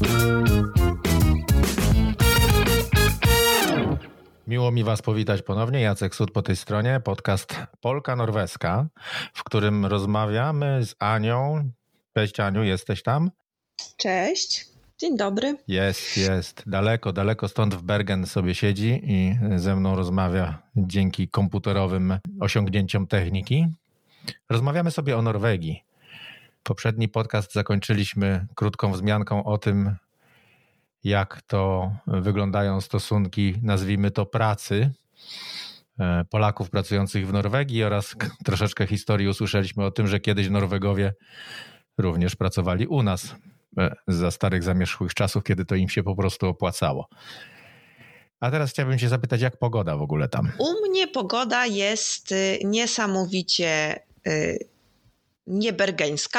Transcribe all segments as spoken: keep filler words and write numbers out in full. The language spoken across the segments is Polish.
Miło mi Was powitać ponownie. Jacek Sud po tej stronie. Podcast Polka Norweska, w którym rozmawiamy z Anią. Cześć Aniu, jesteś tam? Cześć, dzień dobry. Jest, jest. Daleko, daleko stąd w Bergen sobie siedzi i ze mną rozmawia dzięki komputerowym osiągnięciom techniki. Rozmawiamy sobie o Norwegii. Poprzedni podcast zakończyliśmy krótką wzmianką o tym, jak to wyglądają stosunki, nazwijmy to pracy, Polaków pracujących w Norwegii oraz troszeczkę historii usłyszeliśmy o tym, że kiedyś Norwegowie również pracowali u nas za starych zamierzchłych czasów, kiedy to im się po prostu opłacało. A teraz chciałbym cię zapytać, jak pogoda w ogóle tam? U mnie pogoda jest niesamowicie niebergeńska.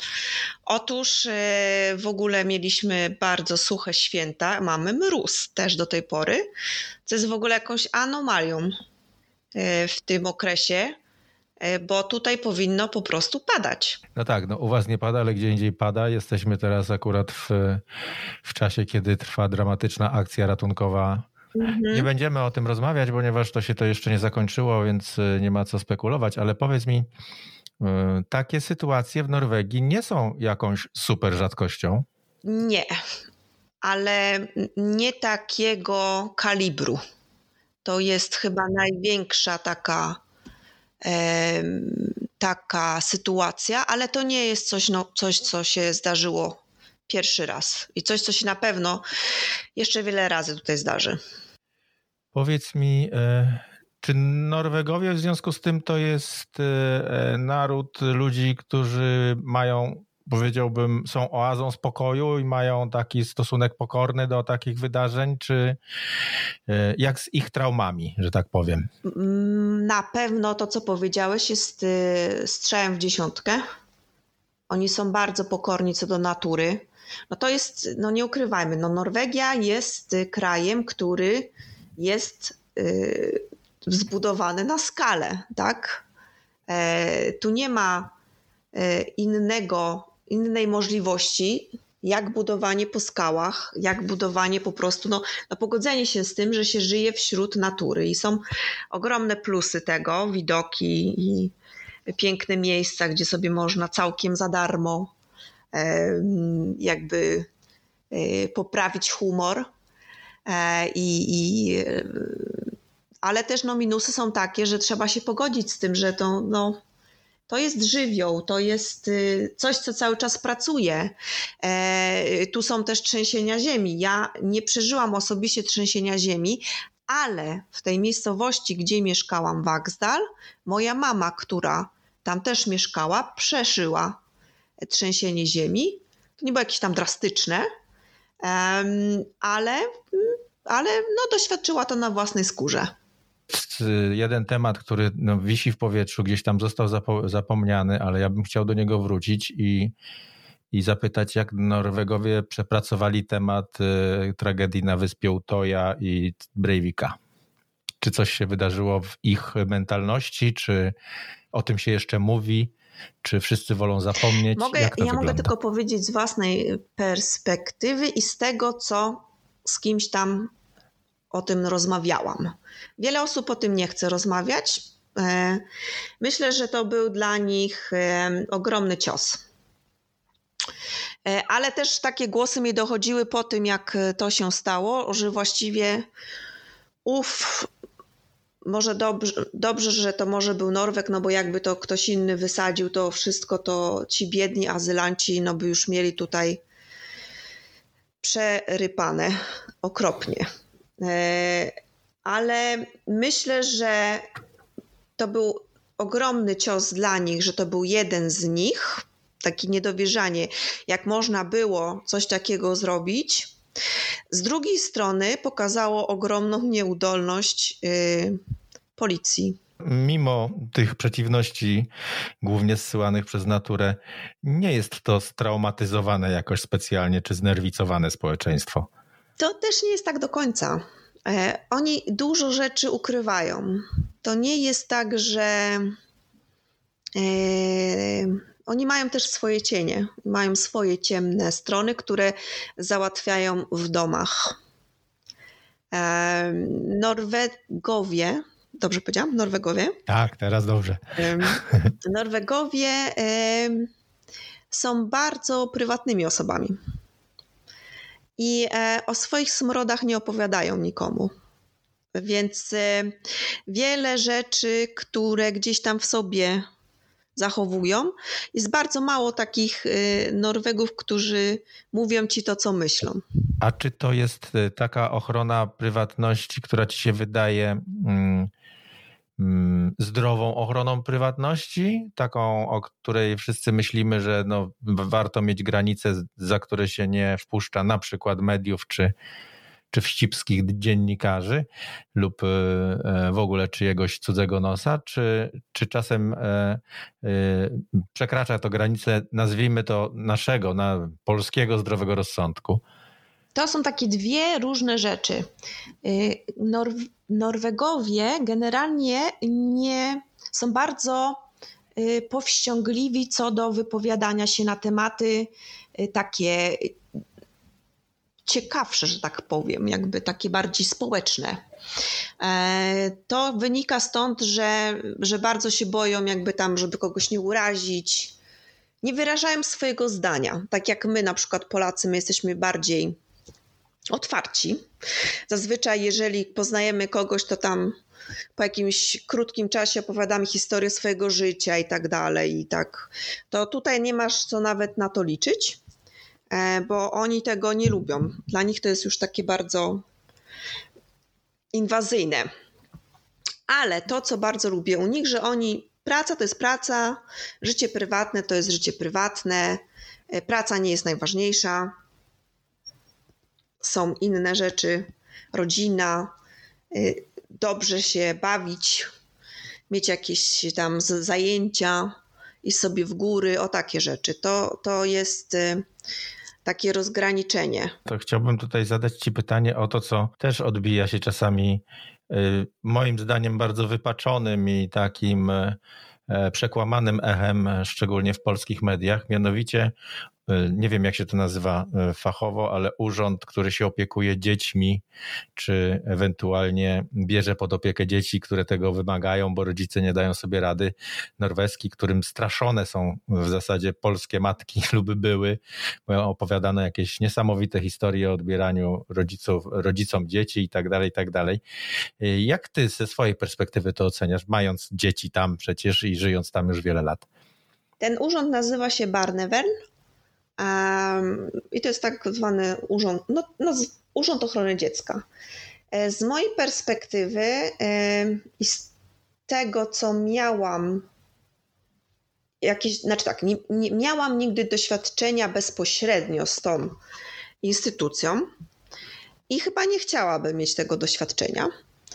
Otóż w ogóle mieliśmy bardzo suche święta, mamy mróz też do tej pory, co jest w ogóle jakąś anomalią w tym okresie, bo tutaj powinno po prostu padać. No tak, no u was nie pada, ale gdzie indziej pada. Jesteśmy teraz akurat w, w czasie, kiedy trwa dramatyczna akcja ratunkowa. Mhm. Nie będziemy o tym rozmawiać, ponieważ to się to jeszcze nie zakończyło, więc nie ma co spekulować, ale powiedz mi, takie sytuacje w Norwegii nie są jakąś super rzadkością? Nie, ale nie takiego kalibru. To jest chyba największa taka, e, taka sytuacja, ale to nie jest coś, no, coś, co się zdarzyło pierwszy raz i coś, co się na pewno jeszcze wiele razy tutaj zdarzy. Powiedz mi, czy Norwegowie w związku z tym to jest naród ludzi, którzy mają, powiedziałbym, są oazą spokoju i mają taki stosunek pokorny do takich wydarzeń, czy jak z ich traumami, że tak powiem? Na pewno to, co powiedziałeś, jest strzałem w dziesiątkę. Oni są bardzo pokorni co do natury. No to jest, no nie ukrywajmy, no Norwegia jest krajem, który jest y, zbudowany na skalę, tak? E, tu nie ma e, innego, innej możliwości, jak budowanie po skałach, jak budowanie po prostu, no, no pogodzenie się z tym, że się żyje wśród natury i są ogromne plusy tego, widoki i piękne miejsca, gdzie sobie można całkiem za darmo e, jakby e, poprawić humor. I, i, ale też no, minusy są takie, że trzeba się pogodzić z tym, że to, no, to jest żywioł, to jest coś, co cały czas pracuje. E, tu są też trzęsienia ziemi. Ja nie przeżyłam osobiście trzęsienia ziemi, ale w tej miejscowości, gdzie mieszkałam, Vaksdal, moja mama, która tam też mieszkała, przeżyła trzęsienie ziemi. To nie było jakieś tam drastyczne, Um, ale, ale no, doświadczyła to na własnej skórze. Jeden temat, który no, wisi w powietrzu, gdzieś tam został zapo- zapomniany, ale ja bym chciał do niego wrócić i, i zapytać, jak Norwegowie przepracowali temat y, tragedii na wyspie Utoja i Breivika. Czy coś się wydarzyło w ich mentalności, czy o tym się jeszcze mówi? Czy wszyscy wolą zapomnieć? Mogę, Jak to ja wygląda? mogę tylko powiedzieć z własnej perspektywy i z tego, co z kimś tam o tym rozmawiałam. Wiele osób o tym nie chce rozmawiać. Myślę, że to był dla nich ogromny cios. Ale też takie głosy mi dochodziły po tym, jak to się stało, że właściwie uf... Może dobrze, dobrze, że to może był Norweg, no bo jakby to ktoś inny wysadził to wszystko, to ci biedni azylanci no by już mieli tutaj przerypane okropnie. Ale myślę, że to był ogromny cios dla nich, że to był jeden z nich, takie niedowierzanie, jak można było coś takiego zrobić. Z drugiej strony pokazało ogromną nieudolność yy, policji. Mimo tych przeciwności, głównie zsyłanych przez naturę, nie jest to straumatyzowane jakoś specjalnie, czy znerwicowane społeczeństwo. To też nie jest tak do końca. E, oni dużo rzeczy ukrywają. To nie jest tak, że e, oni mają też swoje cienie, mają swoje ciemne strony, które załatwiają w domach. Norwegowie, dobrze powiedziałam? Norwegowie? Tak, teraz dobrze. Norwegowie są bardzo prywatnymi osobami i o swoich smrodach nie opowiadają nikomu. Więc wiele rzeczy, które gdzieś tam w sobie zachowują, jest bardzo mało takich Norwegów, którzy mówią ci to, co myślą. A czy to jest taka ochrona prywatności, która ci się wydaje mm, mm, zdrową ochroną prywatności? Taką, o której wszyscy myślimy, że no, warto mieć granice, za które się nie wpuszcza na przykład mediów czy czy wścibskich dziennikarzy lub w ogóle czyjegoś cudzego nosa, czy, czy czasem przekracza to granicę, nazwijmy to naszego, na polskiego zdrowego rozsądku? To są takie dwie różne rzeczy. Nor- Norwegowie generalnie nie są bardzo powściągliwi co do wypowiadania się na tematy takie ciekawsze, że tak powiem, jakby takie bardziej społeczne. To wynika stąd, że, że bardzo się boją jakby tam, żeby kogoś nie urazić. Nie wyrażają swojego zdania. Tak jak my, na przykład Polacy, my jesteśmy bardziej otwarci. Zazwyczaj jeżeli poznajemy kogoś, to tam po jakimś krótkim czasie opowiadamy historię swojego życia i tak dalej. I tak. To tutaj nie masz co nawet na to liczyć, bo oni tego nie lubią. Dla nich to jest już takie bardzo inwazyjne. Ale to, co bardzo lubię u nich, że oni, praca to jest praca, życie prywatne to jest życie prywatne, praca nie jest najważniejsza, są inne rzeczy, rodzina, dobrze się bawić, mieć jakieś tam zajęcia, iść sobie w góry, o takie rzeczy. To, to jest takie rozgraniczenie. To chciałbym tutaj zadać ci pytanie o to, co też odbija się czasami moim zdaniem bardzo wypaczonym i takim przekłamanym echem, szczególnie w polskich mediach, mianowicie, nie wiem jak się to nazywa fachowo, ale urząd, który się opiekuje dziećmi, czy ewentualnie bierze pod opiekę dzieci, które tego wymagają, bo rodzice nie dają sobie rady, norweski, którym straszone są w zasadzie polskie matki lub były, bo opowiadano jakieś niesamowite historie o odbieraniu rodziców, rodzicom dzieci i tak dalej, i tak dalej. Jak ty ze swojej perspektywy to oceniasz, mając dzieci tam przecież i żyjąc tam już wiele lat? Ten urząd nazywa się Barnevern. Um, I to jest tak zwany urząd, no, no, urząd ochrony dziecka. Z mojej perspektywy um, i z tego, co miałam, jakieś, znaczy tak, nie, nie miałam nigdy doświadczenia bezpośrednio z tą instytucją i chyba nie chciałabym mieć tego doświadczenia,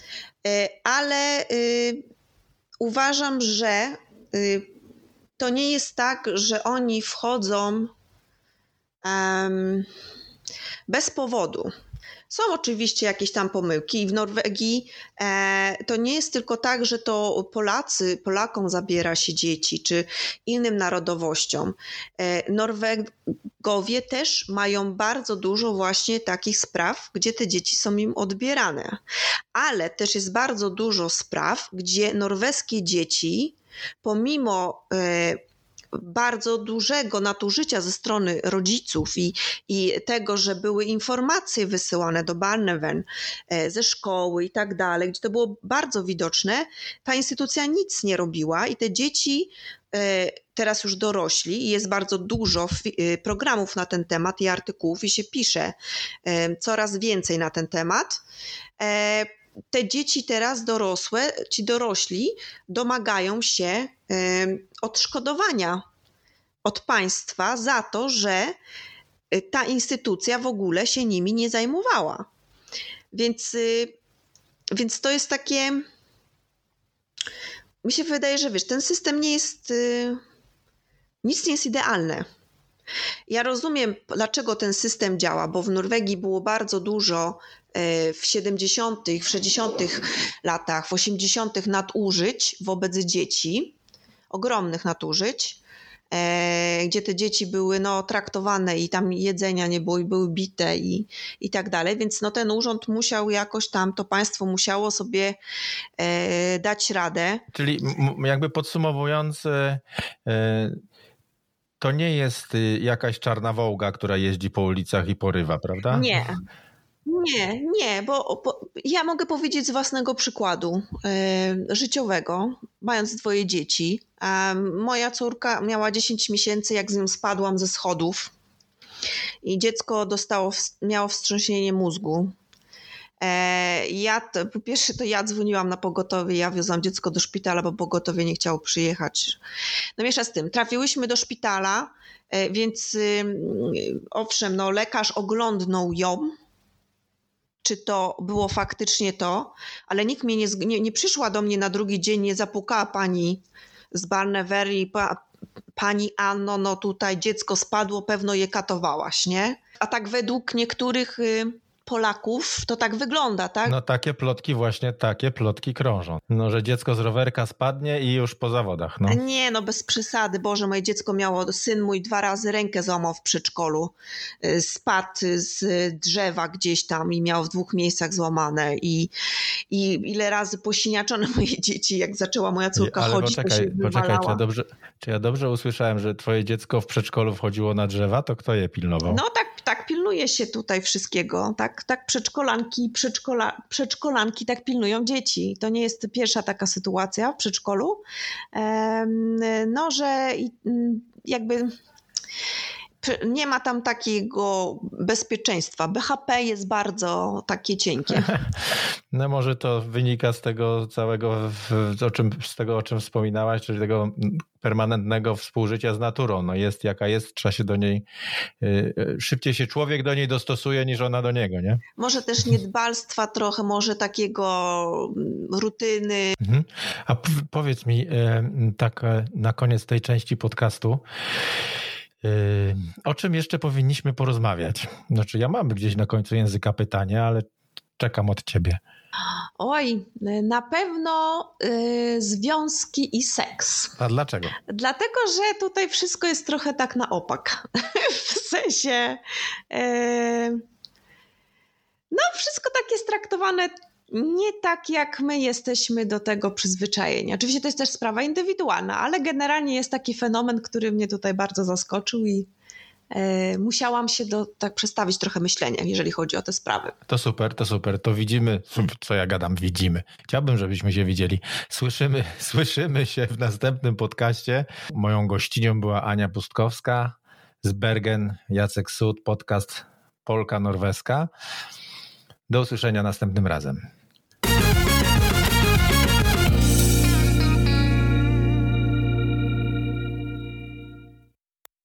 ale y, uważam, że y, to nie jest tak, że oni wchodzą Um, bez powodu. Są oczywiście jakieś tam pomyłki i w Norwegii e, to nie jest tylko tak, że to Polacy, Polakom zabiera się dzieci czy innym narodowościom. E, Norwegowie też mają bardzo dużo właśnie takich spraw, gdzie te dzieci są im odbierane. Ale też jest bardzo dużo spraw, gdzie norweskie dzieci pomimo e, bardzo dużego nadużycia ze strony rodziców i, i tego, że były informacje wysyłane do Barnevern ze szkoły i tak dalej, gdzie to było bardzo widoczne, ta instytucja nic nie robiła i te dzieci teraz już dorośli i jest bardzo dużo programów na ten temat i artykułów i się pisze coraz więcej na ten temat. Te dzieci teraz dorosłe, ci dorośli domagają się odszkodowania od państwa za to, że ta instytucja w ogóle się nimi nie zajmowała. Więc, więc to jest takie... Mi się wydaje, że wiesz, ten system nie jest... Nic nie jest idealne. Ja rozumiem, dlaczego ten system działa, bo w Norwegii było bardzo dużo w siedemdziesiątych, w sześćdziesiątych latach, w osiemdziesiątych nadużyć wobec dzieci, ogromnych nadużyć. e, gdzie te dzieci były no, traktowane i tam jedzenia nie było i były bite i, i tak dalej, więc no, ten urząd musiał jakoś tam, to państwo musiało sobie e, dać radę. Czyli m- jakby podsumowując, e, to nie jest jakaś czarna wołga, która jeździ po ulicach i porywa, prawda? Nie. Nie, nie, bo, bo ja mogę powiedzieć z własnego przykładu y, życiowego, mając dwoje dzieci. A moja córka miała dziesięć miesięcy, jak z nią spadłam ze schodów i dziecko dostało, miało wstrząśnienie mózgu. E, ja, to, po pierwsze to ja dzwoniłam na pogotowie, ja wiozłam dziecko do szpitala, bo pogotowie nie chciało przyjechać. No miesza z tym, trafiłyśmy do szpitala, e, więc y, owszem, no, lekarz oglądnął ją, czy to było faktycznie to, ale nikt mnie nie, nie, nie przyszła do mnie na drugi dzień, nie zapukała pani z Barneverii, pa, pani Anno, no tutaj dziecko spadło, pewno je katowałaś, nie? A tak według niektórych y, Polaków to tak wygląda, tak? No takie plotki, właśnie takie plotki krążą. No, że dziecko z rowerka spadnie i już po zawodach. No. Nie, no bez przesady. Boże, moje dziecko miało, syn mój dwa razy rękę złamał w przedszkolu. Spadł z drzewa gdzieś tam i miał w dwóch miejscach złamane. I, i ile razy posiniaczone moje dzieci, jak zaczęła moja córka Ale chodzić, poczekaj, to się poczekaj, czy ja, dobrze, czy ja dobrze usłyszałem, że twoje dziecko w przedszkolu wchodziło na drzewa? To kto je pilnował? No tak, tak pilnuje się tutaj wszystkiego. Tak, tak przedszkolanki, przedszkola, przedszkolanki tak pilnują dzieci. To nie jest pierwsza taka sytuacja w przedszkolu. No, że jakby nie ma tam takiego bezpieczeństwa. B H P jest bardzo takie cienkie. No może to wynika z tego całego, o czym, z tego, o czym wspominałaś, czyli tego permanentnego współżycia z naturą. No jest jaka jest, trzeba się do niej, szybciej się człowiek do niej dostosuje niż ona do niego, nie? Może też niedbalstwa trochę, może takiego rutyny. Mhm. A powiedz mi tak na koniec tej części podcastu, o czym jeszcze powinniśmy porozmawiać? Znaczy ja mam gdzieś na końcu języka pytanie, ale czekam od ciebie. Oj, na pewno y, związki i seks. A dlaczego? Dlatego, że tutaj wszystko jest trochę tak na opak. W sensie y, no wszystko tak jest traktowane nie tak, jak my jesteśmy do tego przyzwyczajeni. Oczywiście to jest też sprawa indywidualna, ale generalnie jest taki fenomen, który mnie tutaj bardzo zaskoczył i e, musiałam się do, tak przestawić trochę myślenia, jeżeli chodzi o te sprawy. To super, to super. To widzimy, co ja gadam, widzimy. Chciałbym, żebyśmy się widzieli. Słyszymy, słyszymy się w następnym podcaście. Moją gościnią była Ania Pustkowska z Bergen, Jacek Sud, podcast Polka Norweska. Do usłyszenia następnym razem.